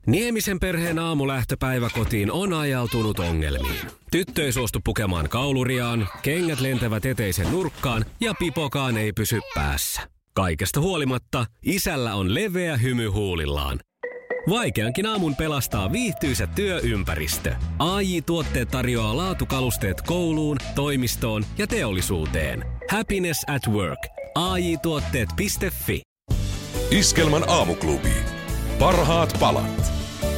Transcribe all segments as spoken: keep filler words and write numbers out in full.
Niemisen perheen aamulähtöpäivä kotiin on ajautunut ongelmiin. Tyttö ei suostu pukemaan kauluriaan, kengät lentävät eteisen nurkkaan ja pipokaan ei pysy päässä. Kaikesta huolimatta isällä on leveä hymy huulillaan. Vaikeankin aamun pelastaa viihtyisä työympäristö. A J-tuotteet tarjoaa laatukalusteet kouluun, toimistoon ja teollisuuteen. Happiness at work. A J tuotteet piste fi. Iskelmän aamuklubi. Parhaat palat.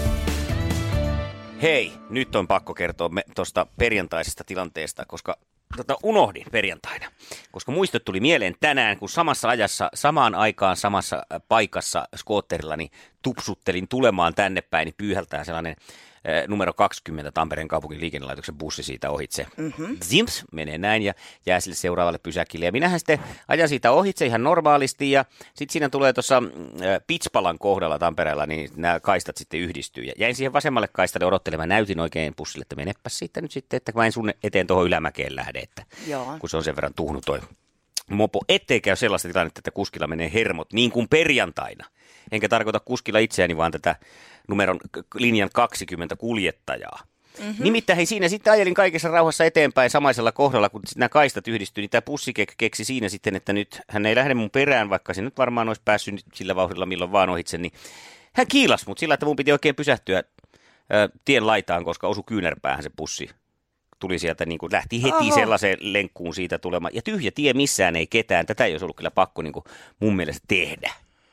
Hei, nyt on pakko kertoa tuosta perjantaisesta tilanteesta, koska tota, unohdin perjantaina. Koska muistot tuli mieleen tänään, kun samassa ajassa, samaan aikaan, samassa paikassa skootterillani tupsuttelin tulemaan tänne päin, niin pyyhältää sellainen eh, numero kaksikymmentä Tampereen kaupungin liikennelaitoksen bussi siitä ohitse. Mm-hmm. Zims, menee näin ja jää sille seuraavalle pysäkille. Ja minähän sitten ajan siitä ohitse ihan normaalisti ja sitten siinä tulee tuossa eh, Pitspalan kohdalla Tampereella, niin nämä kaistat sitten yhdistyy. Ja jäin siihen vasemmalle kaistalle odottelemaan, näytin oikein bussille, että menepäs siitä nyt sitten, että mä en sun eteen tuohon ylämäkeen lähde, että Joo. kun se on sen verran tuhnu toi mopo. Ettei käy sellaista tilannetta, että kuskilla menee hermot niin kuin perjantaina. Enkä tarkoita kuskilla itseäni, vaan tätä numeron linjan kaksikymmentä kuljettajaa. Mm-hmm. Nimittäin hei, siinä sitten ajelin kaikessa rauhassa eteenpäin samaisella kohdalla, kun nämä kaistat yhdistyi, niin tämä pussi keksi siinä sitten, että nyt hän ei lähde mun perään, vaikka se nyt varmaan olisi päässyt sillä vauhdilla milloin vaan ohitse, niin hän kiilasi mut sillä, että mun piti oikein pysähtyä ä, tien laitaan, koska osui kyynärpäähän se pussi. Tuli sieltä, niin kuin lähti heti Oho. sellaiseen lenkkuun siitä tulemaan. Ja tyhjä tie, missään ei ketään. Tätä ei olisi ollut kyllä pakko niin kuin mun mielestä tehdä.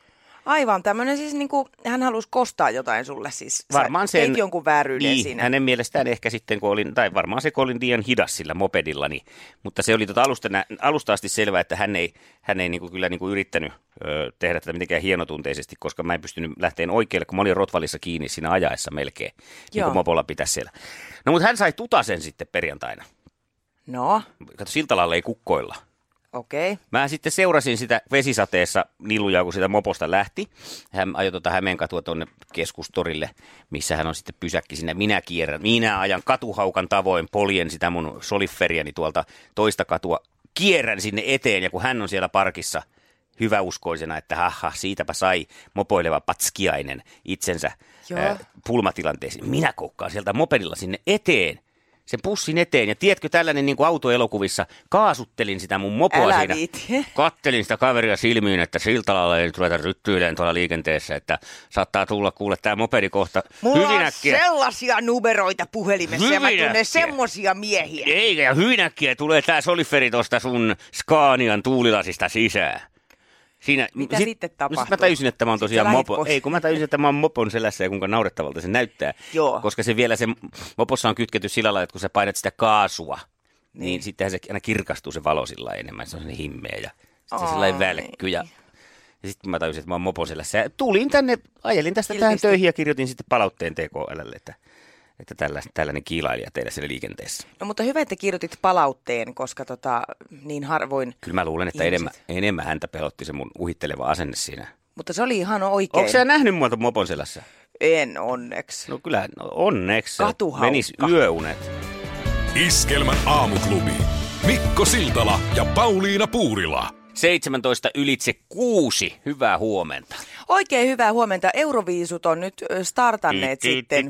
Aivan, tämmöinen siis niin kuin, hän halusi kostaa jotain sulle siis. Varmaan sen, teit jonkun vääryyden niin, siinä. Hänen mielestään ehkä sitten, kun olin, tai varmaan se, kun olin liian hidas sillä mopedilla, niin, mutta se oli tota alusta, alusta asti selvä, että hän ei, hän ei niin kuin, kyllä niin kuin yrittänyt ö, tehdä tätä mitenkään hienotunteisesti, koska mä en pystynyt lähteen oikealle, kun mä olin Rotvalissa kiinni siinä ajaessa melkein, niin kuin mopolla pitäisi siellä. No mutta hän sai tutasen sitten perjantaina. No? Kato, Siltalalla ei kukkoilla. Okei. Okay. Mä sitten seurasin sitä vesisateessa Nilujaa, kun sitä moposta lähti. Hän ajoi tuota Hämeenkatua tuonne keskustorille, missä hän on sitten pysäkki sinne. Minä kierrän, minä ajan katuhaukan tavoin, poljen sitä mun soliferiani tuolta toista katua. Kierrän sinne eteen ja kun hän on siellä parkissa hyväuskoisena, että haha, siitäpä sai mopoileva patskiainen itsensä ää, pulmatilanteeseen. Minä koukkaan sieltä mopedilla sinne eteen. Sen pussin eteen. Ja tiedätkö, tällainen niin kuin autoelokuvissa, kaasuttelin sitä mun mopoa Älä siinä. Viit. Kattelin sitä kaveria silmiin, että Siltalalla ei nyt ruveta ryttyilemään tuolla liikenteessä, että saattaa tulla kuule tämä mopedi kohta Mulla hyvin on äkkiä. sellaisia numeroita puhelimessa Hyvin ja mä tunnen äkkiä. semmosia miehiä. Eikä, ja hyvin äkkiä tulee tämä soliferi tuosta sun Scanian tuulilasista sisään. Siinä, Mitä sit, sitten tapahtuu? No sit mä tajusin, että mä oon tosiaan mopo. pois. Ei, kun mä tajusin, että mä oon mopon selässä ja kuinka naurettavalta se näyttää. Joo. Koska se vielä, se mopossa on kytketty sillä lailla, että kun sä painat sitä kaasua, niin, niin sittenhän se aina kirkastuu se valo sillä enemmän. Se on sellainen himmeä ja sitten se sellainen välkky. Ja, ja sitten mä tajusin, että mä oon mopon selässä. Ja tulin tänne, ajelin tästä Kiltisti. tähän töihin ja kirjoitin sitten palautteen T K L:lle, että, että tällä, tällainen kiilailija teillä siellä liikenteessä. No mutta hyvä, että kirjoitit palautteen, koska tota, niin harvoin Kyllä mä luulen, että enemmän, enemmän häntä pelotti se mun uhitteleva asenne siinä. Mutta se oli ihan oikein. Onko sä nähnyt muuta mopon selässä? En onneksi. No kyllä, no onneksi. Katuhaukka. Menis yöunet. Iskelmän aamuklubi. Mikko Siltala ja Pauliina Puurila. seitsemäntoista ylitse kuusi. Hyvää huomenta. Oikein hyvää huomenta. Euroviisut on nyt ö, startanneet sitten.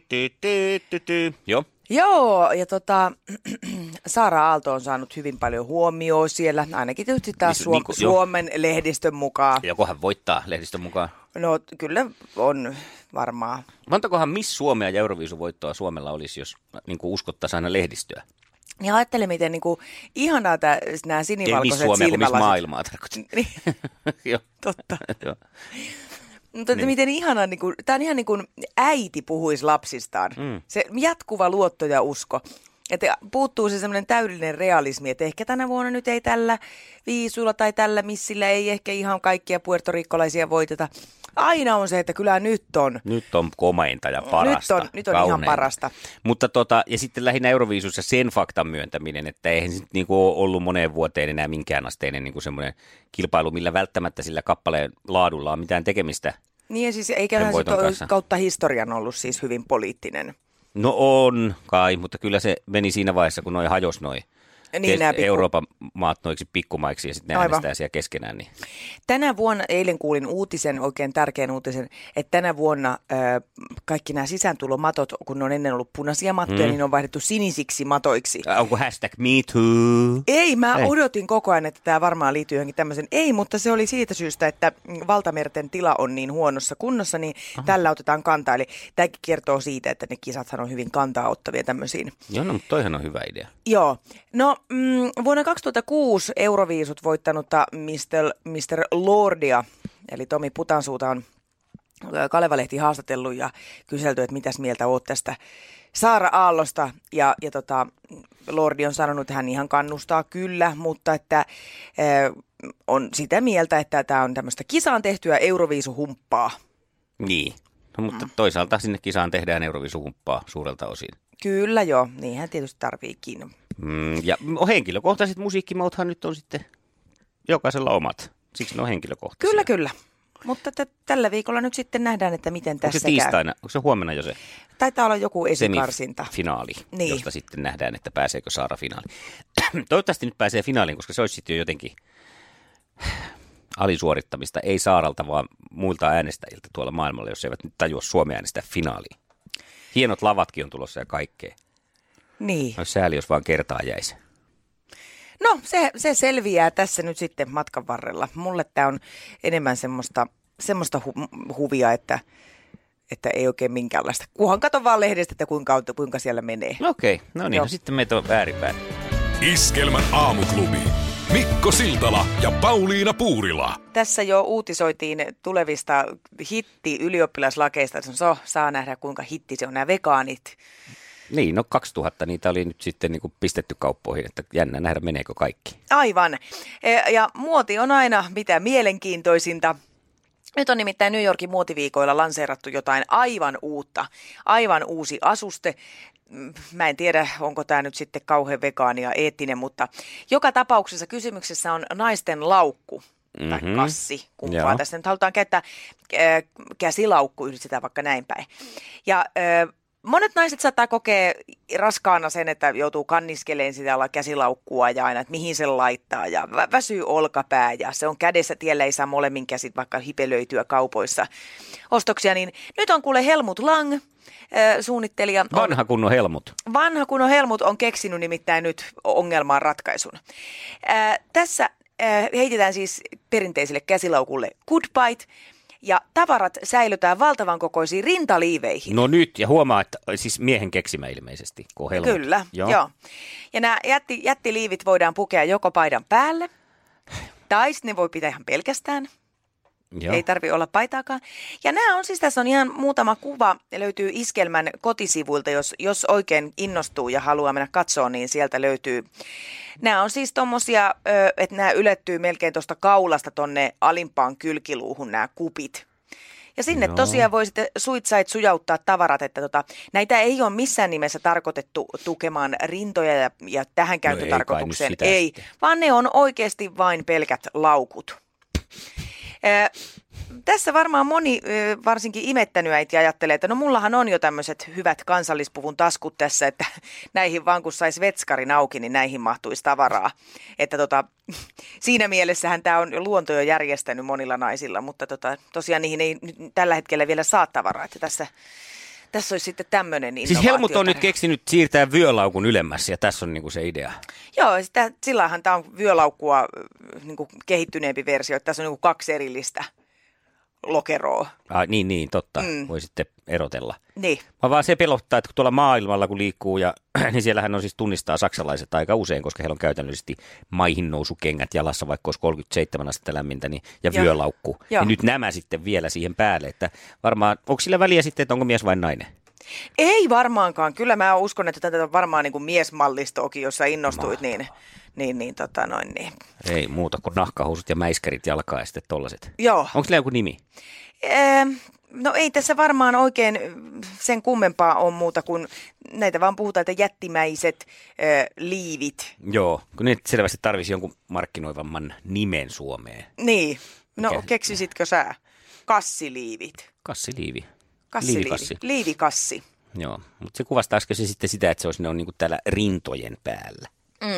Joo. Joo, ja tota, Saara Aalto on saanut hyvin paljon huomioon siellä, ainakin tietysti taas Niin, Suom- niin kuin- joo. Suomen lehdistön mukaan. Jokohan voittaa lehdistön mukaan. No kyllä on varmaan. Montakohan Miss Suomea ja Euroviisuvoittoa Suomella olisi, jos niin uskottaisiin aina lehdistöä? Ja ajattele, miten niinku, ihanaa tää, nämä Ei Miss sinivalkoiset Suomea, kun Miss silmälasit. maailmaa tarkoitin. Niin, Joo. totta. Joo. Mutta niin. miten ihanaa, niin kuin, tämä on ihan niin kuin äiti puhuisi lapsistaan. Mm. Se jatkuva luotto ja usko. Että puuttuu se semmoinen täydellinen realismi, että ehkä tänä vuonna nyt ei tällä viisulla tai tällä missillä ei ehkä ihan kaikkia puertorikkolaisia voiteta. Aina on se, että kyllä nyt on. Nyt on komeinta ja parasta. Nyt on, nyt on ihan parasta. Mutta tota, ja sitten lähinnä Euroviisussa sen faktan myöntäminen, että eihän se niinku ole ollut moneen vuoteen enää minkäänasteinen niinku semmoinen kilpailu, millä välttämättä sillä kappaleen laadulla on mitään tekemistä. Niin ja siis eiköhän se to, kautta historian ollut siis hyvin poliittinen. No on kai, mutta kyllä se meni siinä vaiheessa, kun noi hajos noi Niin, kes- pikku... Euroopan maat noiksi pikkumaiksi ja sitten ne Aivan. äänestää siellä keskenään. Niin. Tänä vuonna, eilen kuulin uutisen, oikein tärkeän uutisen, että tänä vuonna ö, kaikki nämä sisääntulomatot, kun ne on ennen ollut punaisia mattoja, mm. niin ne on vaihdettu sinisiksi matoiksi. Ä, onko hashtag me too? Ei, mä Ei. odotin koko ajan, että tämä varmaan liittyy johonkin tämmöisen. Ei, mutta se oli siitä syystä, että valtamerten tila on niin huonossa kunnossa, niin Aha. tällä otetaan kantaa. Eli tämäkin kertoo siitä, että ne kisathan on hyvin kantaa ottavia tämmöisiin. Joo, no, mutta toihan on hyvä idea. Joo. No mm, vuonna kaksituhattakuusi Euroviisut voittanutta mister mister Lordia, eli Tomi Putansuuta on Kaleva-lehti haastatellut ja kyselty, että mitäs mieltä oot tästä Saara Aallosta. Ja, ja tota, Lordi on sanonut, että hän ihan kannustaa kyllä, mutta että äh, on sitä mieltä, että tämä on tämmöistä kisaan tehtyä Euroviisuhumppaa. Niin, no, mutta mm. toisaalta sinne kisaan tehdään Euroviisuhumppaa suurelta osin. Kyllä joo, niinhän tietysti tarviikin. Mm, ja henkilökohtaiset musiikkimauthan nyt on sitten jokaisella omat, siksi ne on henkilökohtaisia. Kyllä, kyllä. Mutta t- tällä viikolla nyt sitten nähdään, että miten tässä käy. Onko se tiistaina, onko se huomenna jo se? Taitaa olla joku esikarsinta. Finaali, niin. Josta sitten nähdään, että pääseekö Saara finaaliin. Toivottavasti nyt pääsee finaaliin, koska se olisi sitten jo jotenkin alisuorittamista. Ei Saaralta, vaan muilta äänestäjiltä tuolla maailmalla, jos eivät nyt tajua Suomea äänestää finaaliin. Hienot lavatkin on tulossa ja kaikkea. Niin. Olisi sääli, jos vaan kertaa jäisi. No, se, se selviää tässä nyt sitten matkan varrella. Mulle tämä on enemmän semmoista, semmoista hu- huvia, että, että ei oikein minkäänlaista. Kunhan kato vaan lehdestä, että kuinka, kuinka siellä menee. Okei, okay. No niin, no sitten meitä on ääripään. Iskelmän aamuklubi. Mikko Siltala ja Pauliina Puurila. Tässä jo uutisoitiin tulevista hitti ylioppilaslakeista. So, saa nähdä, kuinka hitti se on nämä vegaanit. Niin, no kaksituhatta niitä oli nyt sitten niin kuin pistetty kauppoihin, että jännä nähdä meneekö kaikki. Aivan. Ja muoti on aina mitä mielenkiintoisinta. Nyt on nimittäin New Yorkin muotiviikoilla lanseerattu jotain aivan uutta, aivan uusi asuste. Mä en tiedä, onko tämä nyt sitten kauhean vegaani ja eettinen, mutta joka tapauksessa kysymyksessä on naisten laukku. Tai Mm-hmm. kassi, kumpaa Joo. tässä nyt halutaan käyttää. Äh, käsilaukku, yhdistetään vaikka näin päin. Ja äh, monet naiset saattaa kokea raskaana sen, että joutuu kanniskeleen sitä olla käsilaukkua ja aina, että mihin se laittaa ja vä- väsyy olkapää ja se on kädessä, tiellä ei saa molemmin käsit vaikka hipelöityä kaupoissa ostoksia. Niin nyt on kuule Helmut Lang, äh, suunnittelija. On, Vanha kunnon Helmut. vanha kunnon Helmut on keksinyt nimittäin nyt ongelmaan ratkaisun. Äh, tässä äh, heitetään siis perinteiselle käsilaukulle goodbye. Ja tavarat säilytään valtavan kokoisiin rintaliiveihin. No nyt, ja huomaa, että siis miehen keksimä ilmeisesti, kun Helmut. Kyllä, joo. joo. Ja nämä jätti, jättiliivit voidaan pukea joko paidan päälle, tai ne voi pitää ihan pelkästään. Joo. Ei tarvi olla paitaakaan. Ja nämä on siis, tässä on ihan muutama kuva, löytyy Iskelmän kotisivuilta, jos, jos oikein innostuu ja haluaa mennä katsoa, niin sieltä löytyy. Nämä on siis tommosia, että nämä ylettyy melkein tuosta kaulasta tonne alimpaan kylkiluuhun nämä kupit. Ja sinne Joo. tosiaan voi sitten suitsait sujauttaa tavarat, että tota, näitä ei ole missään nimessä tarkoitettu tukemaan rintoja ja, ja tähän käyttötarkoitukseen. No ei, ei, vaan ne on oikeasti vain pelkät laukut. Äh, tässä varmaan moni, äh, varsinkin imettänyt äiti, ajattelee, että no mullahan on jo tämmöiset hyvät kansallispuvun taskut tässä, että näihin vaan kun saisi vetskarin auki, niin näihin mahtuisi tavaraa. Että tota, siinä mielessähän tämä on luonto jo järjestänyt monilla naisilla, mutta tota, tosiaan niihin ei tällä hetkellä vielä saa tavaraa, että tässä... Tässä olisi sitten tämmöinen innovaatio. Siis Helmut on nyt keksinyt siirtää vyölaukun ylemmäs ja tässä on niinku se idea. Joo, sitä, sillähän tämä on vyölaukkua niinku kehittyneempi versio, että tässä on niinku kaksi erillistä lokeroa. Ah, niin, niin, totta. Mm. Voi sitten erotella. Niin. Mä vaan se pelottaa, että kun tuolla maailmalla kun liikkuu, ja, niin siellähän on siis tunnistaa saksalaiset aika usein, koska heillä on käytännöllisesti maihin nousukengät jalassa, vaikka olisi kolmekymmentäseitsemän astetta lämmintä, niin, ja Joo. vyölaukku. Joo. Niin nyt nämä sitten vielä siihen päälle, että varmaan, onko sillä väliä sitten, että onko mies vai nainen? Ei varmaankaan. Kyllä mä uskon, että tätä on varmaan niin kuin miesmallistoakin, jos sä innostuit, niin, niin, niin, tota noin, niin. Ei muuta kuin nahkahousut ja mäiskärit jalkaa ja sitten tollaset. Joo. Onko sillä joku nimi? Ee, no ei tässä varmaan oikein sen kummempaa ole muuta kuin näitä vaan puhutaan, että jättimäiset ö, liivit. Joo, kun nyt selvästi tarvisi jonkun markkinoivamman nimen Suomeen. Niin. No Mikä? keksisitkö sä? Kassiliivit. Kassiliivi. Kassiliivi. Liivikassi. Liivikassi. Joo, mutta se kuvastaisiko se sitten sitä, että se olisi ne on niin kuin täällä rintojen päällä? Mm.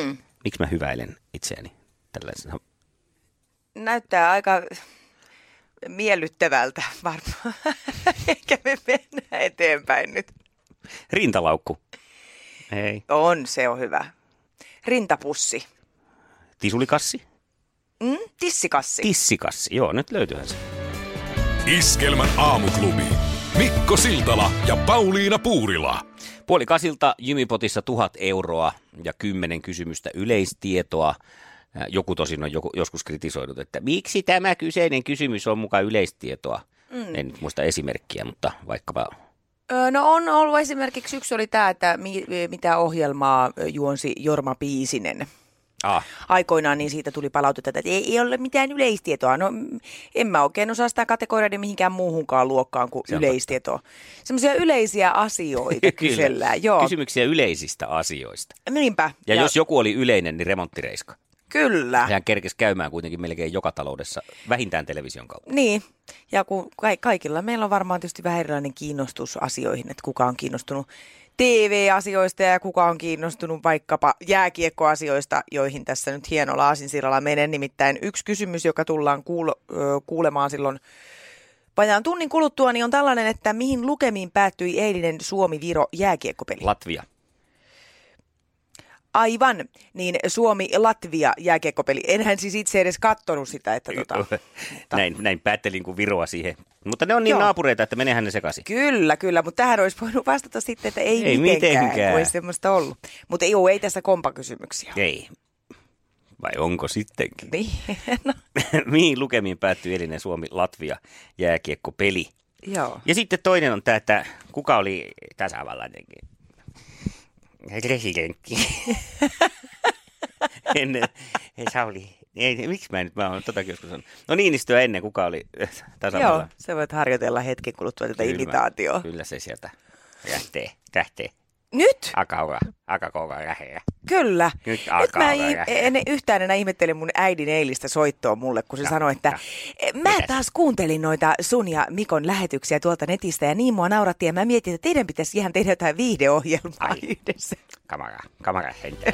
Miksi mä hyväilen itseäni tällaisena? Näyttää aika miellyttävältä varmaan. Eikä me mennä eteenpäin nyt. Rintalaukku. Ei. On, se on hyvä. Rintapussi. Tisulikassi. Mm, tissikassi. Tissikassi, joo, nyt löytyyhän se. Iskelmän aamuklubi. Mikko Siltala ja Pauliina Puurila. Puoli kasilta Jymipotissa tuhat euroa ja kymmenen kysymystä yleistietoa. Joku tosin on joku, joskus kritisoinut, että miksi tämä kyseinen kysymys on mukaan yleistietoa. Mm. En nyt muista esimerkkiä, mutta vaikkapa... No on ollut esimerkiksi, yksi oli tämä, että mi, mitä ohjelmaa juonsi Jorma Piisinen. Ah. Aikoinaan, niin siitä tuli palautetta, että ei, ei ole mitään yleistietoa. No en mä oikein osaa sitä kategorioida mihinkään muuhunkaan luokkaan kuin yleistietoa. Semmoisia yleisiä asioita kysellään. Joo. Kysymyksiä yleisistä asioista. Niinpä. Ja, ja jos joku oli yleinen, niin remonttireiska. Kyllä. Hän kerkesi käymään kuitenkin melkein joka taloudessa, vähintään television kautta. Niin, ja kun ka- kaikilla meillä on varmaan tietysti vähän erilainen kiinnostus asioihin, että kuka on kiinnostunut T V-asioista ja kuka on kiinnostunut vaikkapa jääkiekkoasioista, joihin tässä nyt hienolla aasinsilalla menee. Nimittäin yksi kysymys, joka tullaan kuul- kuulemaan silloin vajaan tunnin kuluttua, niin on tällainen, että mihin lukemiin päättyi eilinen Suomi-Viro jääkiekkopeli? Latvia. Aivan, niin Suomi-Latvia jääkiekkopeli. Enhän siis itse edes katsonut sitä, että tota... näin, näin päättelin kuin Viroa siihen. Mutta ne on niin Joo. naapureita, että menehän ne sekaisin. Kyllä, kyllä, mutta tähän olisi voinut vastata sitten, että ei, ei mitenkään, mitenkään. kun ei semmoista ollut. Mutta ei, ei tässä kompakysymyksiä. Ei. Vai onko sittenkin? Niin, no. Mihin lukemiin päättyi eilinen Suomi-Latvia jääkiekkopeli? Joo. Ja sitten toinen on tämä, että kuka oli tasavallan presidentti. ennen, Sauli, ei, miksi mä nyt, mä oon totakin joskus sanonut. No Niinistöä ennen, kuka oli tasavallan. Joo, sä voit harjoitella hetken kuluttua tätä imitaatioa. Kyllä se sieltä lähtee, lähtee. Nyt? Akauka, akakouka lähtee. Kyllä. Nyt, Nyt mä en yhtään enää ihmettelin mun äidin eilistä soittoa mulle, kun se ja, sanoi, että ja. mä Mitäs? taas kuuntelin noita sun ja Mikon lähetyksiä tuolta netistä ja niin mua nauratti ja mä mietin, että teidän pitäisi ihan tehdä jotain viihdeohjelmaa Ai. yhdessä. Kamara, kamara hentä.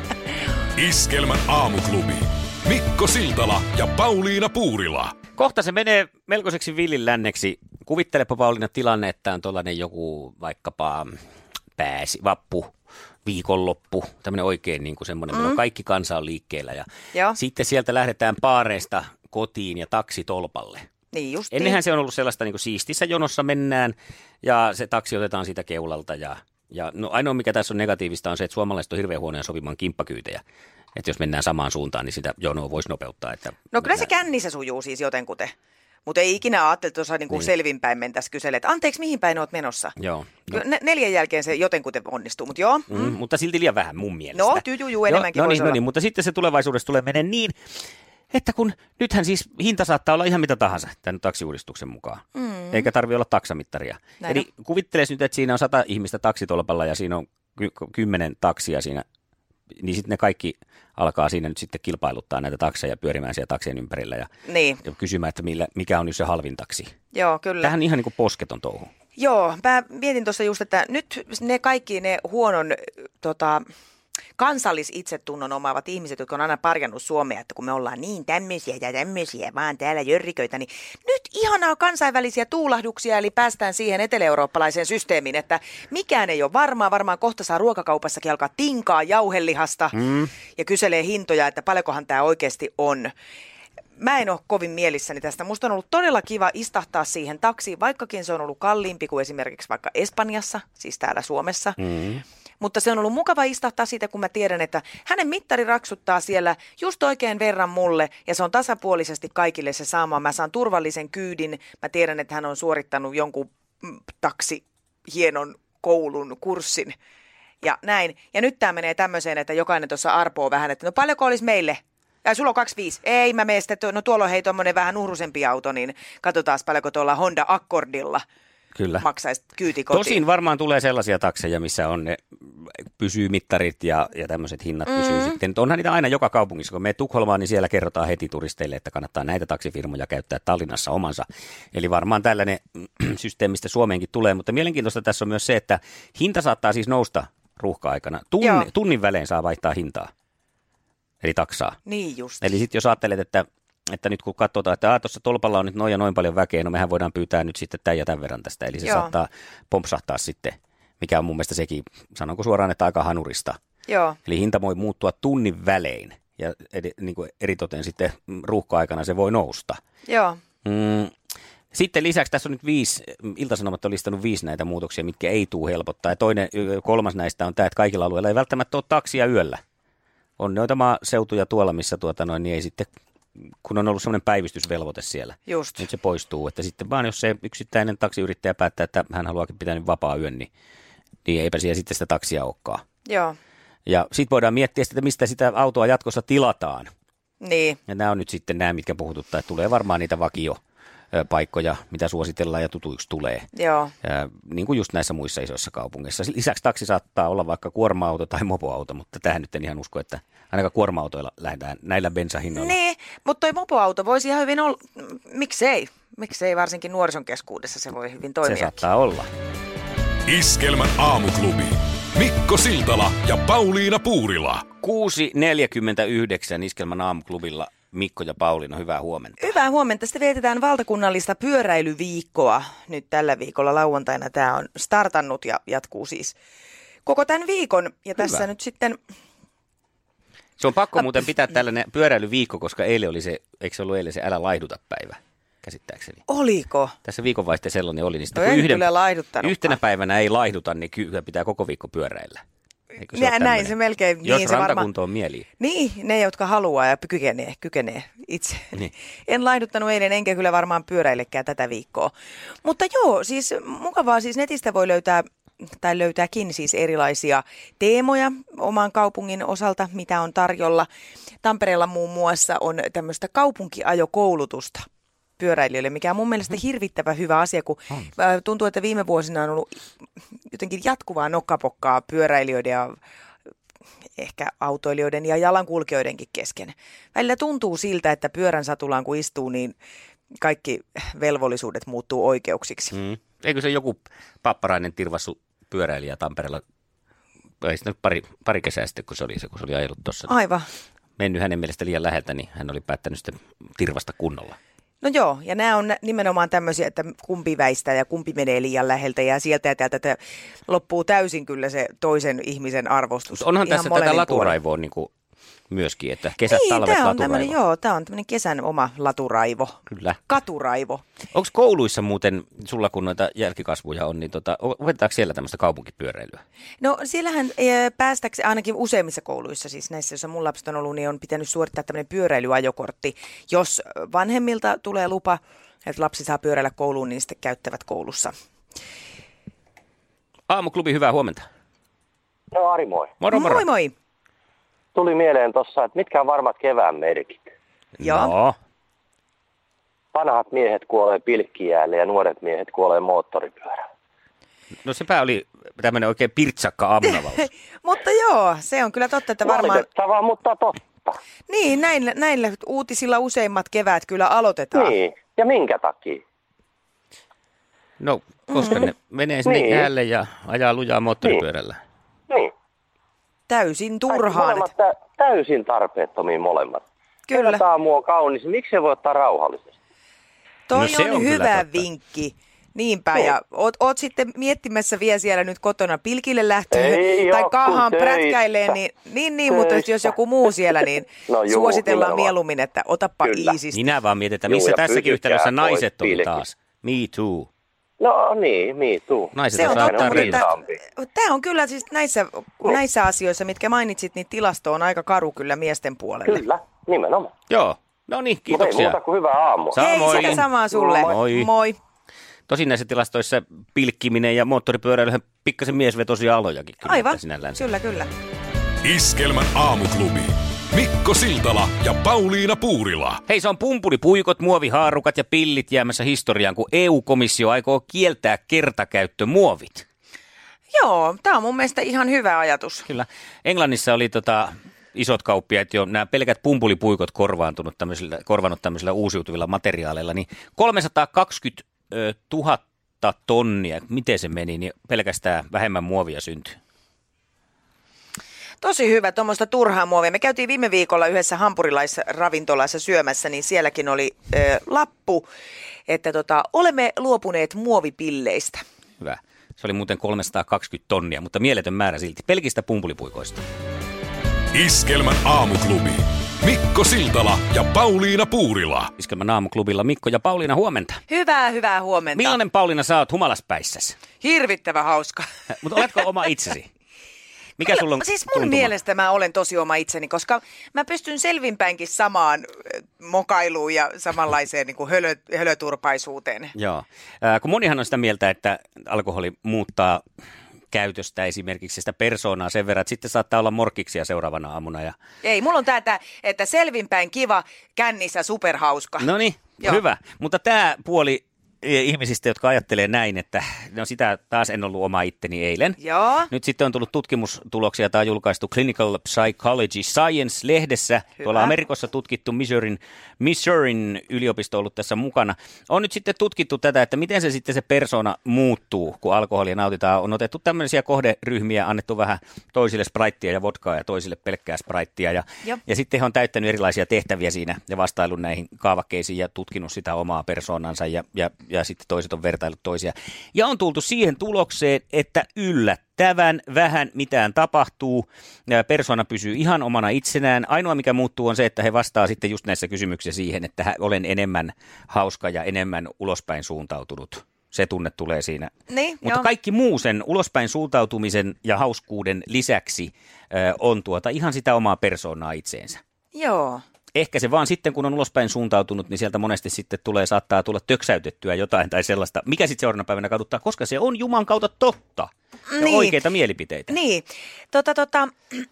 Iskelmän aamuklubi. Mikko Siltala ja Pauliina Puurila. Kohta se menee melkoiseksi villin länneksi. Kuvittelepa Pauliina tilanne, että on tuollainen joku vaikkapa pääsi, vappu, viikonloppu, tämmöinen oikein niin kuin semmoinen, mm. meillä on kaikki kansa on liikkeellä ja Joo. sitten sieltä lähdetään paareista kotiin ja taksitolpalle. Niin justiin. Ennenhän se on ollut sellaista niin kuin siistissä jonossa mennään ja se taksi otetaan siitä keulalta ja, ja no ainoa mikä tässä on negatiivista on se, että suomalaiset on hirveän huonoja sopimaan kimppakyytejä. Että jos mennään samaan suuntaan, niin sitä jonoa voisi nopeuttaa. Että no kyllä se kännissä sujuu siis jotenkuten. Mutta ei ikinä ajattele, että tuossa niinku niin. selvinpäin mentäisiin kyselemään, että anteeksi, mihin päin olet menossa? Joo. No. Neljän jälkeen se jotenkuten onnistuu, mutta joo. Mm, mm. Mutta silti liian vähän mun mielestä. No, tyjuu, enemmänkin no, voisi niin, olla. No niin, mutta sitten se tulevaisuudessa tulee mennä niin, että kun nythän siis hinta saattaa olla ihan mitä tahansa tämän taksiuudistuksen mukaan. Mm. Eikä tarvitse olla taksamittaria. Näin Eli on. Kuvitteles nyt, että siinä on sata ihmistä taksitolpalla ja siinä on ky- kymmenen taksia siinä. Niin sitten ne kaikki alkaa siinä nyt sitten kilpailuttaa näitä takseja pyörimään siellä taksien ympärillä ja, niin. ja kysymään, että millä, mikä on nyt se halvin taksi. Joo, kyllä. Tämähän on ihan niin kuin posketon touhu. Joo, mä mietin tuossa just, että nyt ne kaikki ne huonon tota, kansallis-itsetunnon omaavat ihmiset, jotka on aina parjannut Suomea, että kun me ollaan niin tämmöisiä ja tämmöisiä vaan täällä jörriköitä, niin nyt ihanaa kansainvälisiä tuulahduksia, eli päästään siihen etelä-eurooppalaiseen systeemiin, että mikään ei ole varmaa, varmaan kohta saa ruokakaupassakin alkaa tinkaa jauhelihasta mm. ja kyselee hintoja, että paljonkohan tämä oikeasti on. Mä en ole kovin mielissäni tästä. Musta on ollut todella kiva istahtaa siihen taksiin, vaikkakin se on ollut kalliimpi kuin esimerkiksi vaikka Espanjassa, siis täällä Suomessa. Mm. Mutta se on ollut mukava istahtaa siitä, kun mä tiedän, että hänen mittari raksuttaa siellä just oikein verran mulle ja se on tasapuolisesti kaikille se sama. Mä saan turvallisen kyydin. Mä tiedän, että hän on suorittanut jonkun taksi hienon koulun kurssin ja näin. Ja nyt tää menee tämmöiseen, että jokainen tuossa arpoo vähän, että no paljonko olisi meille? Ja sulla on kaksikymmentäviisi. Ei, mä menen sitten, no tuolla on hei tommonen vähän uhrusempi auto, niin katsotaan paljonko tuolla Honda Accordilla Kyllä. maksaisi kyyti kotiin. Tosin varmaan tulee sellaisia takseja, missä on ne pysyy mittarit ja, ja tämmöiset hinnat mm-hmm. pysyy sitten. Onhan niitä aina joka kaupungissa. Kun menet Tukholmaan, niin siellä kerrotaan heti turisteille, että kannattaa näitä taksifirmoja käyttää Tallinnassa omansa. Eli varmaan tällainen systeemistä Suomeenkin tulee. Mutta mielenkiintoista tässä on myös se, että hinta saattaa siis nousta ruuhka-aikana. Tunni, tunnin välein saa vaihtaa hintaa. eli taksaa. Niin just. Eli sitten jos ajattelet, että, että nyt kun katsotaan, että tuossa tolpalla on nyt noin ja noin paljon väkeä, no mehän voidaan pyytää nyt sitten tämän ja tämän verran tästä. Eli se Joo. saattaa pompsahtaa sitten, mikä on mun mielestä sekin, sanonko suoraan, että aika hanurista. Joo. Eli hinta voi muuttua tunnin välein ja ed, niin kuin eritoten sitten ruuhka-aikana se voi nousta. Joo. Mm, sitten lisäksi tässä on nyt viisi, Ilta-Sanomat on listannut viisi näitä muutoksia, mitkä ei tule helpottaa. Ja toinen, kolmas näistä on tämä, että kaikilla alueilla ei välttämättä ole taksia yöllä. On noita maaseutuja tuolla, missä tuota noin, niin ei sitten, kun on ollut sellainen päivystysvelvoite siellä. Just. Nyt se poistuu, että sitten vaan jos se yksittäinen taksiyrittäjä päättää, että hän haluaakin pitää nyt vapaa yön, niin, niin eipä siellä sitten sitä taksia olekaan. Joo. Ja sitten voidaan miettiä, että mistä sitä autoa jatkossa tilataan. Niin. Ja nämä on nyt sitten nämä, mitkä puhututtaa, että tulee varmaan niitä vakiopaikkoja, mitä suositellaan ja tutuiksi tulee. Joo. Ja, niin kuin just näissä muissa isoissa kaupungeissa. Lisäksi taksi saattaa olla vaikka kuorma-auto tai mopoauto, mutta tähän nyt en ihan usko, että ainakaan kuorma-autoilla lähdetään näillä bensahinnoilla. Niin, mutta toi mopoauto voisi ihan hyvin olla, miksei? Miksei varsinkin nuorison keskuudessa se voi hyvin toimia. Se saattaa olla. Iskelmän aamuklubi. Mikko Siltala ja Pauliina Puurila. kuusi neljäkymmentäyhdeksän Iskelmän aamuklubilla Mikko ja Pauliina, hyvää huomenta. Hyvää huomenta. Sitten vietetään valtakunnallista pyöräilyviikkoa. Nyt tällä viikolla lauantaina tämä on startannut ja jatkuu siis koko tämän viikon. Ja tässä hyvä. Nyt sitten... Se on pakko muuten pitää tällainen pyöräilyviikko, koska eilen oli se, eikö se ollut eilen se älä laihduta päivä? Käsittääkseni. Oliko? Tässä viikonvaihteen sellainen oli. Niin no en yhden, kyllä laihduttanut. Yhtenä päivänä ei laihduta, niin kyllä pitää koko viikko pyöräillä. Se Nä, näin se melkein. Jos niin, rantakunto varma... on mieli. Niin, ne jotka haluaa ja kykenee, kykenee itse. Niin. En laihduttanut eilen, enkä kyllä varmaan pyöräillekään tätä viikkoa. Mutta joo, siis mukavaa. Siis netistä voi löytää, tai löytääkin siis erilaisia teemoja oman kaupungin osalta, mitä on tarjolla. Tampereella muun muassa on tämmöistä kaupunkiajokoulutusta pyöräilijöille, mikä on mun mielestä hirvittävä hyvä asia, kun on. Tuntuu, että viime vuosina on ollut jotenkin jatkuvaa nokkapokkaa pyöräilijöiden ja ehkä autoilijoiden ja jalankulkijoidenkin kesken. Välillä tuntuu siltä, että pyörän satulaan kun istuu, niin kaikki velvollisuudet muuttuu oikeuksiksi. Mm. Eikö se joku papparainen tirvassu pyöräilijä Tampereella, ei sitä nyt pari, pari kesää sitten, kun se oli se, kun se oli ajellut tuossa. Aivan. Mennyt hänen mielestä liian läheltä, niin hän oli päättänyt sitten tirvasta kunnolla. No joo, ja nämä on nimenomaan tämmöisiä, että kumpi väistää ja kumpi menee liian läheltä ja sieltä ja täältä että loppuu täysin kyllä se toisen ihmisen arvostus. Onhan tässä tätä laturaivoa niin kuin myöskin, että kesät, niin, talvet, tämä on laturaivo. Joo, tämä on tämmöinen kesän oma laturaivo. Kyllä. Katuraivo. Onko kouluissa muuten, sulla kun noita jälkikasvuja on, niin tota, opetetaanko siellä tämmöistä kaupunkipyöräilyä? No siellähän e, päästäkseen ainakin useimmissa kouluissa, siis näissä, joissa mun lapset on ollut, niin on pitänyt suorittaa tämmöinen pyöräilyajokortti. Jos vanhemmilta tulee lupa, että lapsi saa pyöräillä kouluun, niin sitten käyttävät koulussa. Aamuklubi, hyvää huomenta. No Ari, moi. Moro, moro. Moi, moi. Tuli mieleen tuossa, että mitkä on varmat kevään merkit? Joo. No. Vanhat miehet kuolee pilkkijäälle ja nuoret miehet kuolee moottoripyörällä. No sepä oli tämmöinen oikein pirtsakka aamunavaus. Mutta joo, se on kyllä totta, että varmaan... Valitettavaa, mutta totta. Niin, näillä, näillä uutisilla useimmat keväät kyllä aloitetaan. Niin, ja minkä takia? No, koska mm-hmm. ne menee sinne niin. jäälle ja ajaa lujaa moottoripyörällä. Niin. niin. Täysin turhaan. Molemmat tä- täysin tarpeettomia molemmat. Kyllä. Kevät aamu on kaunis, miksi se voi ottaa rauhallisesti? Toi no, on, on hyvä vinkki. Niinpä, niin. ja oot, oot sitten miettimässä vielä siellä nyt kotona pilkille lähtöä Ei tai joku kaahaan töistä. prätkäilee, niin, niin, niin mutta jos joku muu siellä, niin no juu, suositellaan nimenomaan. mieluummin, että otappa Kyllä. iisisti. Minä vaan mietin, että missä Juu, tässäkin yhtälössä naiset oli pilki. taas. Me too. No niin, me too. Naiset Se on osaa totta, ottaa mutta tämä on kyllä siis näissä, näissä asioissa, mitkä mainitsit, niin tilasto on aika karu kyllä miesten puolelle. Kyllä, nimenomaan. Joo, no niin, Mutta ei kiitoksia. muuta kuin hyvää aamua. Hei, Samoin. sitä samaa sulle. Moi. Moi. Tosin näissä tilastoissa pilkkiminen ja moottoripyöräilyhän pikkasen miesvetosia alojakin. Kyllä, Aivan, sinällään. kyllä, kyllä. Iskelmän aamuklubi. Mikko Siltala ja Pauliina Puurila. Hei, se on pumpulipuikot, muovihaarukat ja pillit jäämässä historiaan, kun E U-komissio aikoo kieltää kertakäyttömuovit. Joo, tämä on mun mielestä ihan hyvä ajatus. Kyllä. Englannissa oli tota, isot kauppiaat jo nämä pelkät pumpulipuikot korvaantunut tämmöisillä, korvannut tämmöisillä uusiutuvilla materiaaleilla, niin kolmesataakaksikymmentätuhatta tonnia, miten se meni, niin pelkästään vähemmän muovia syntyy. Tosi hyvä, tuommoista turhaa muovia. Me käytiin viime viikolla yhdessä hampurilaisravintolassa syömässä, niin sielläkin oli ö, lappu, että tota, olemme luopuneet muovipilleistä. Hyvä. Se oli muuten kolmesataakaksikymmentä tonnia, mutta mieletön määrä silti. Pelkistä pumpulipuikoista. Iskelmän aamuklubi. Mikko Siltala ja Pauliina Puurila. Iskelmän aamuklubilla Mikko ja Pauliina, huomenta. Hyvää, hyvää huomenta. Millainen, Pauliina, sä oot humalaspäissäsi? Hirvittävä hauska. Mutta oletko oma itsesi? Mikä sulla on Siis mun tuntuma? mielestä mä olen tosi oma itseni, koska mä pystyn selvinpäinkin samaan mokailuun ja samanlaiseen niin kuin hölö, hölöturpaisuuteen. Joo. Äh, kun monihan on sitä mieltä, että alkoholi muuttaa käytöstä esimerkiksi sitä persoonaa sen verran, että sitten saattaa olla morkkiksia seuraavana aamuna. Ja... Ei, mulla on tää, että, että selvinpäin kiva, kännissä superhauska. No niin, hyvä. Mutta tämä puoli ihmisistä, jotka ajattelee näin, että no sitä taas en ollut oma itteni eilen. Joo. Nyt sitten on tullut tutkimustuloksia, tämä on julkaistu Clinical Psychology Science-lehdessä. Hyvä. Tuolla Amerikassa tutkittu Missourin, Missourin yliopisto on ollut tässä mukana. On nyt sitten tutkittu tätä, että miten se sitten se persona muuttuu, kun alkoholia nautitaan. On otettu tämmöisiä kohderyhmiä, annettu vähän toisille spraittia ja vodkaa ja toisille pelkkää spraittia. Ja, ja sitten he on täyttänyt erilaisia tehtäviä siinä ja vastaillut näihin kaavakkeisiin ja tutkinut sitä omaa persoonansa ja, ja ja sitten toiset on vertaillut toisia. Ja on tultu siihen tulokseen, että yllättävän vähän mitään tapahtuu. Persona pysyy ihan omana itsenään. Ainoa mikä muuttuu on se, että he vastaa sitten just näissä kysymyksissä siihen, että olen enemmän hauska ja enemmän ulospäin suuntautunut. Se tunne tulee siinä. Niin, Mutta joo. kaikki muu sen ulospäin suuntautumisen ja hauskuuden lisäksi ö, on tuota ihan sitä omaa persoonaa itseensä. Joo. Ehkä se vaan sitten, kun on ulospäin suuntautunut, niin sieltä monesti sitten tulee, saattaa tulla töksäytettyä jotain tai sellaista, mikä sitten seuraavana päivänä kaduttaa, koska se on Juman kautta totta ja Niin. oikeita mielipiteitä. Niin, tota tota...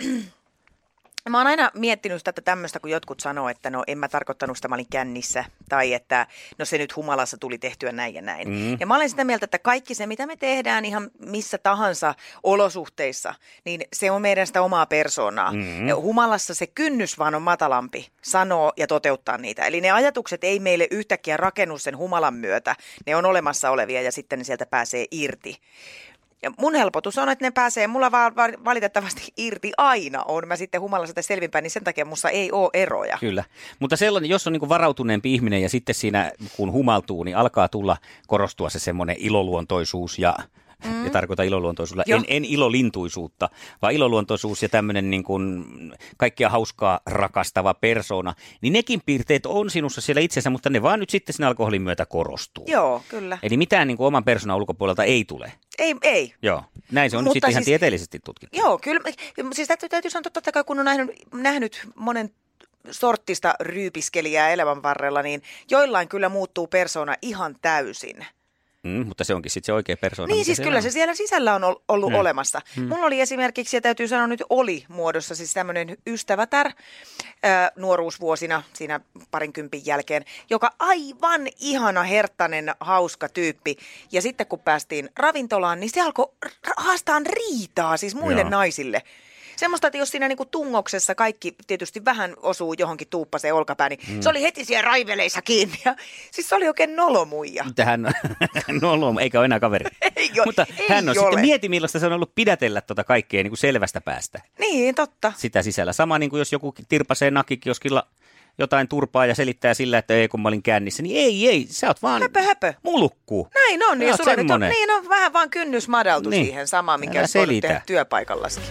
Mä oon aina miettinyt tätä tämmöistä, kun jotkut sanoo, että no en mä tarkoittanut sitä, mä olin kännissä, tai että no se nyt humalassa tuli tehtyä näin ja näin. Mm. Ja mä olen sitä mieltä, että kaikki se, mitä me tehdään ihan missä tahansa olosuhteissa, niin se on meidän sitä omaa persoonaa. Mm. Ja humalassa se kynnys vaan on matalampi sanoa ja toteuttaa niitä. Eli ne ajatukset ei meille yhtäkkiä rakennu sen humalan myötä, ne on olemassa olevia ja sitten ne sieltä pääsee irti. Ja mun helpotus on, että ne pääsee mulla vaan valitettavasti irti aina. On mä sitten humalassa tai selvinpäin, niin sen takia musta ei ole eroja. Kyllä, mutta sellainen, jos on niin kuin varautuneempi ihminen ja sitten siinä kun humaltuu, niin alkaa tulla korostua se semmoinen iloluontoisuus ja... Mm. Ja tarkoitan iloluontoisuudella, en, en ilolintuisuutta, vaan iloluontoisuus ja tämmöinen niin kuin kaikkia hauskaa rakastava persoona, niin nekin piirteet on sinussa siellä itsensä, mutta ne vaan nyt sitten sen alkoholin myötä korostuu. Joo, kyllä. Eli mitään niin kuin oman persoonan ulkopuolelta ei tule. Ei, ei. Joo, näin se on Mutta nyt sitten siis, ihan tieteellisesti tutkittu. Joo, kyllä. Siis täytyy, täytyy sanoa totta kai, kun on nähnyt, nähnyt monen sorttista ryypiskelijää elämän varrella, niin joillain kyllä muuttuu persoona ihan täysin. Mm, mutta se onkin sitten se oikea persoona. Niin siis kyllä on. Se siellä sisällä on ollut mm. olemassa. Mm. Mulla oli esimerkiksi, ja täytyy sanoa nyt oli muodossa, siis tämmöinen ystävätär ää, nuoruusvuosina siinä parinkympin jälkeen, joka aivan ihana, herttainen, hauska tyyppi. Ja sitten kun päästiin ravintolaan, niin se alkoi haastaa riitaa siis muille Joo. naisille. Semmoista, että jos siinä niinku tungoksessa kaikki tietysti vähän osuu johonkin tuuppaseen olkapään, niin mm. se oli heti siellä raiveleissa kiinni. Ja, siis se oli oikein nolomuija. Tähän nolo, eikä ole enää kaveri. Ei ole, Mutta ei hän on ole. sitten, mieti millaista se on ollut pidätellä tota kaikkea niin kuin selvästä päästä. Niin, totta. Sitä sisällä. Sama niin kuin jos joku tirpasee nakikioskilla jotain turpaa ja selittää sillä, että ei kun mä olin kännissä, niin ei, ei, sä oot vaan höpö, höpö. mulukku. Näin on, ja sulla nyt on, niin on vähän vaan kynnys madaltu niin. siihen samaan, minkä Älä olisi voinut selitä. tehdä työpaikallaskin.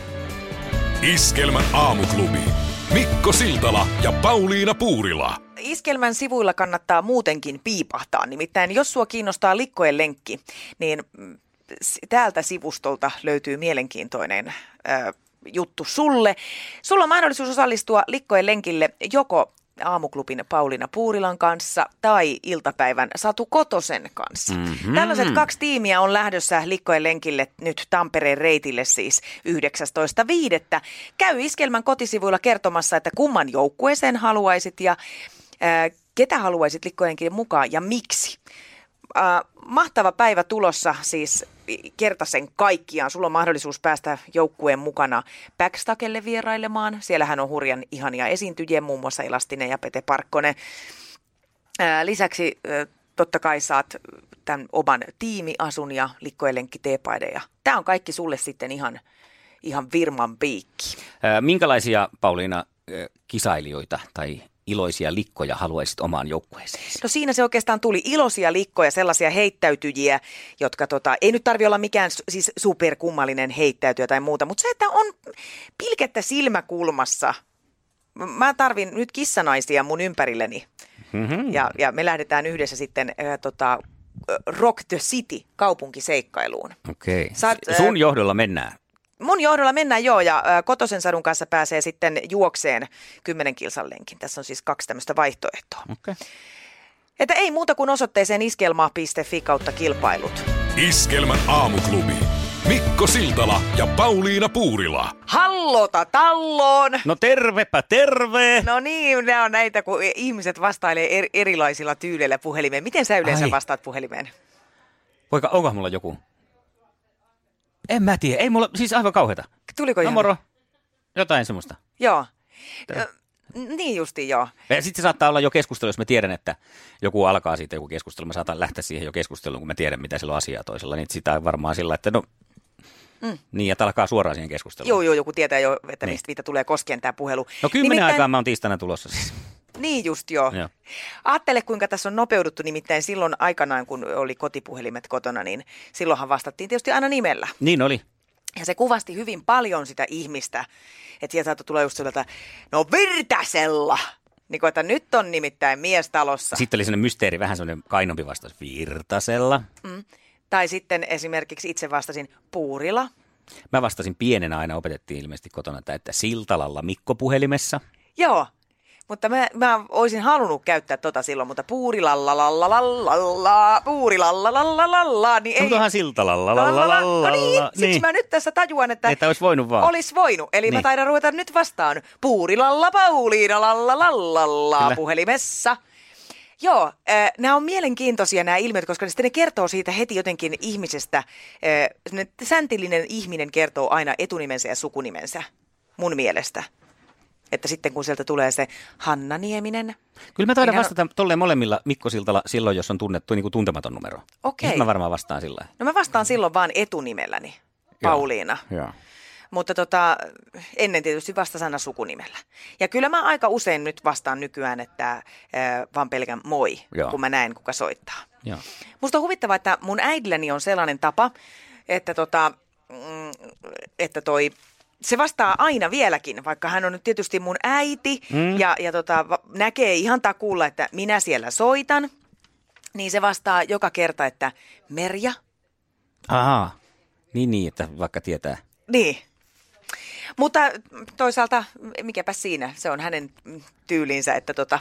Iskelmän aamuklubi. Mikko Siltala ja Pauliina Puurila. Iskelmän sivuilla kannattaa muutenkin piipahtaa. Nimittäin jos sua kiinnostaa likkojen lenkki, niin täältä sivustolta löytyy mielenkiintoinen äh, juttu sulle. Sulla on mahdollisuus osallistua likkojen lenkille joko aamuklubin Pauliina Puurilan kanssa tai iltapäivän Satu Kotosen kanssa. Mm-hmm. Tällaiset kaksi tiimiä on lähdössä likkojen lenkille nyt Tampereen reitille siis yhdeksästoista viidettä Käy Iskelmän kotisivuilla kertomassa, että kumman joukkueeseen haluaisit ja ää, ketä haluaisit likkojen lenkille mukaan ja miksi. Ää, mahtava päivä tulossa siis kertasen kaikkiaan. Sulla on mahdollisuus päästä joukkueen mukana Backstakelle vierailemaan. Siellähän on hurjan ihania esiintyjiä, muun muassa Elastinen ja Pete Parkkonen. Ää, lisäksi ää, totta kai saat tämän oman tiimiasun ja likkojen lenkki teepaideja. Tämä on kaikki sulle sitten ihan, ihan virman piikki. Ää, minkälaisia, Pauliina, kisailijoita tai iloisia likkoja haluaisit omaan joukkueeseen? No siinä se oikeastaan tuli iloisia likkoja, sellaisia heittäytyjiä, jotka tota, ei nyt tarvitse olla mikään siis superkummallinen heittäytyjä tai muuta, mutta se, että on pilkettä silmäkulmassa. Mä tarvin nyt kissanaisia mun ympärilleni mm-hmm. ja, ja me lähdetään yhdessä sitten äh, tota, Rock the City kaupunkiseikkailuun. Okei. Okay. Sun johdolla mennään. Mun johdolla mennään joo, ja ä, Kotosen Sadun kanssa pääsee sitten juokseen kymmenen kilsan lenkin. Tässä on siis kaksi tämmöistä vaihtoehtoa. Okay. Että ei muuta kuin osoitteeseen iskelma piste fi kautta kilpailut. Iskelmän aamuklubi. Mikko Siltala ja Pauliina Puurila. Hallota talloon! No tervepä terve! No niin, nämä on näitä, kun ihmiset vastailee er, erilaisilla tyyleillä puhelimeen. Miten sä yleensä Ai. vastaat puhelimeen? Poika, onko mulla joku? En mä tiedä. Ei mulla, siis aivan kauheata. Tuliko no ihan? moro. Jotain semmoista. Joo. Ö, niin justiin joo. Ja sitten se saattaa olla jo keskustelu, jos mä tiedän, että joku alkaa siitä joku keskustelu. Mä saatan lähteä siihen jo keskusteluun, kun mä tiedän, mitä sillä on asiaa toisella. Niin sitä varmaan sillä, että no, mm. niin, että alkaa suoraan siihen keskusteluun. Joo, joo, joku tietää jo, että niin. mistä viitä tulee koskien tämä puhelu. No kymmenen nimittäin... aikaan mä oon tiistaina tulossa siis. Niin just joo. joo. Aattele, kuinka tässä on nopeuduttu, nimittäin silloin aikanaan, kun oli kotipuhelimet kotona, niin silloinhan vastattiin tietysti aina nimellä. Niin oli. Ja se kuvasti hyvin paljon sitä ihmistä, että sieltä saattoi tulla just sieltä, no Virtasella. Niin kuin, että nyt on nimittäin mies talossa. Sitten oli sellainen mysteeri, vähän sellainen kainompi vastaus, Virtasella. Mm. Tai sitten esimerkiksi itse vastasin Puurila. Mä vastasin pienenä aina, opetettiin ilmeisesti kotona, että, että Siltalalla Mikko puhelimessa. Joo. Mutta mä, mä olisin halunnut käyttää tota silloin, mutta puurilallalalalalala, puurilallalalalalala, niin ei. Mutta onhan Siltalalalalala. No niin, siksi niin. Mä nyt tässä tajuan, että, että olisi voinut vaan. Olisi voinut, eli niin. Mä taidan ruveta nyt vastaan. Puurilalla Pauliina lallalala puhelimessa. Joo, äh, nämä on mielenkiintoisia nämä ilmiöt, koska sitten ne kertoo siitä heti jotenkin ihmisestä. Äh, säntillinen ihminen kertoo aina etunimensä ja sukunimensä, mun mielestä. Että sitten kun sieltä tulee se Hanna Nieminen. Kyllä mä taidan vastata on... tolleen molemmilla Mikko Siltala silloin, jos on tunnettu niin kuin tuntematon numero. Okei. Sitten mä varmaan vastaan sillä. No mä vastaan silloin vaan etunimelläni, Pauliina. Joo. Mutta tota, ennen tietysti vastasana sukunimellä. Ja kyllä mä aika usein nyt vastaan nykyään, että äh, vaan pelkän moi, Joo. kun mä näen, kuka soittaa. Joo. Musta on huvittavaa, että mun äidilläni on sellainen tapa, että, tota, mm, että toi... Se vastaa aina vieläkin, vaikka hän on nyt tietysti mun äiti mm. ja, ja tota, näkee ihan takuulla, että minä siellä soitan, niin se vastaa joka kerta, että Merja. Ahaa, niin niin, että vaikka tietää. Niin, mutta toisaalta mikäpä siinä, se on hänen tyylinsä, että tota,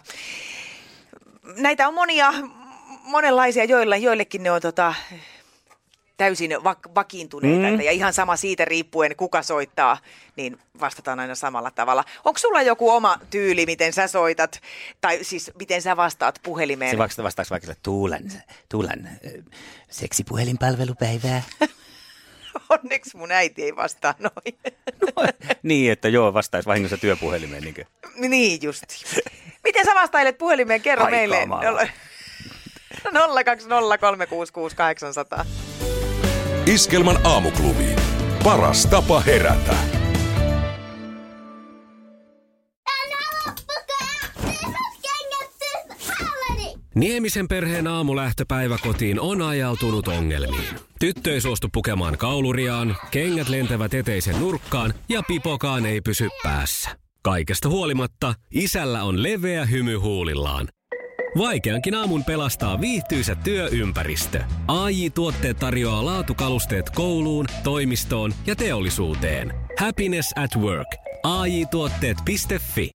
näitä on monia, monenlaisia, joilla, joillekin ne on tota... täysin vak- vakiintuneita, mm. ja ihan sama siitä riippuen, kuka soittaa, niin vastataan aina samalla tavalla. Onko sulla joku oma tyyli, miten sä soitat, tai siis miten sä vastaat puhelimeen? Se vasta- vastaako vaikka Tuulan, Tuulan seksipuhelinpalvelupäivää? Onneksi mun äiti ei vastaa noin. No, niin, että joo, vastaisi vahingossa työpuhelimeen. Niin, niin just. Miten sä vastailet puhelimeen? Kerro Ai meille. Kamala. nolla kaksi nolla kolme kuusi kuusi kahdeksan nolla nolla. Iskelmän aamuklubi. Paras tapa herätä. Niemisen perheen aamulähtöpäivä kotiin on ajautunut ongelmiin. Tyttö ei suostu pukemaan kauluriaan, kengät lentävät eteisen nurkkaan ja pipokaan ei pysy päässä. Kaikesta huolimatta isällä on leveä hymy huulillaan. Vaikeankin aamun pelastaa viihtyisä työympäristö. A J-tuotteet tarjoaa laatukalusteet kouluun, toimistoon ja teollisuuteen. Happiness at work. A J tuotteet piste fi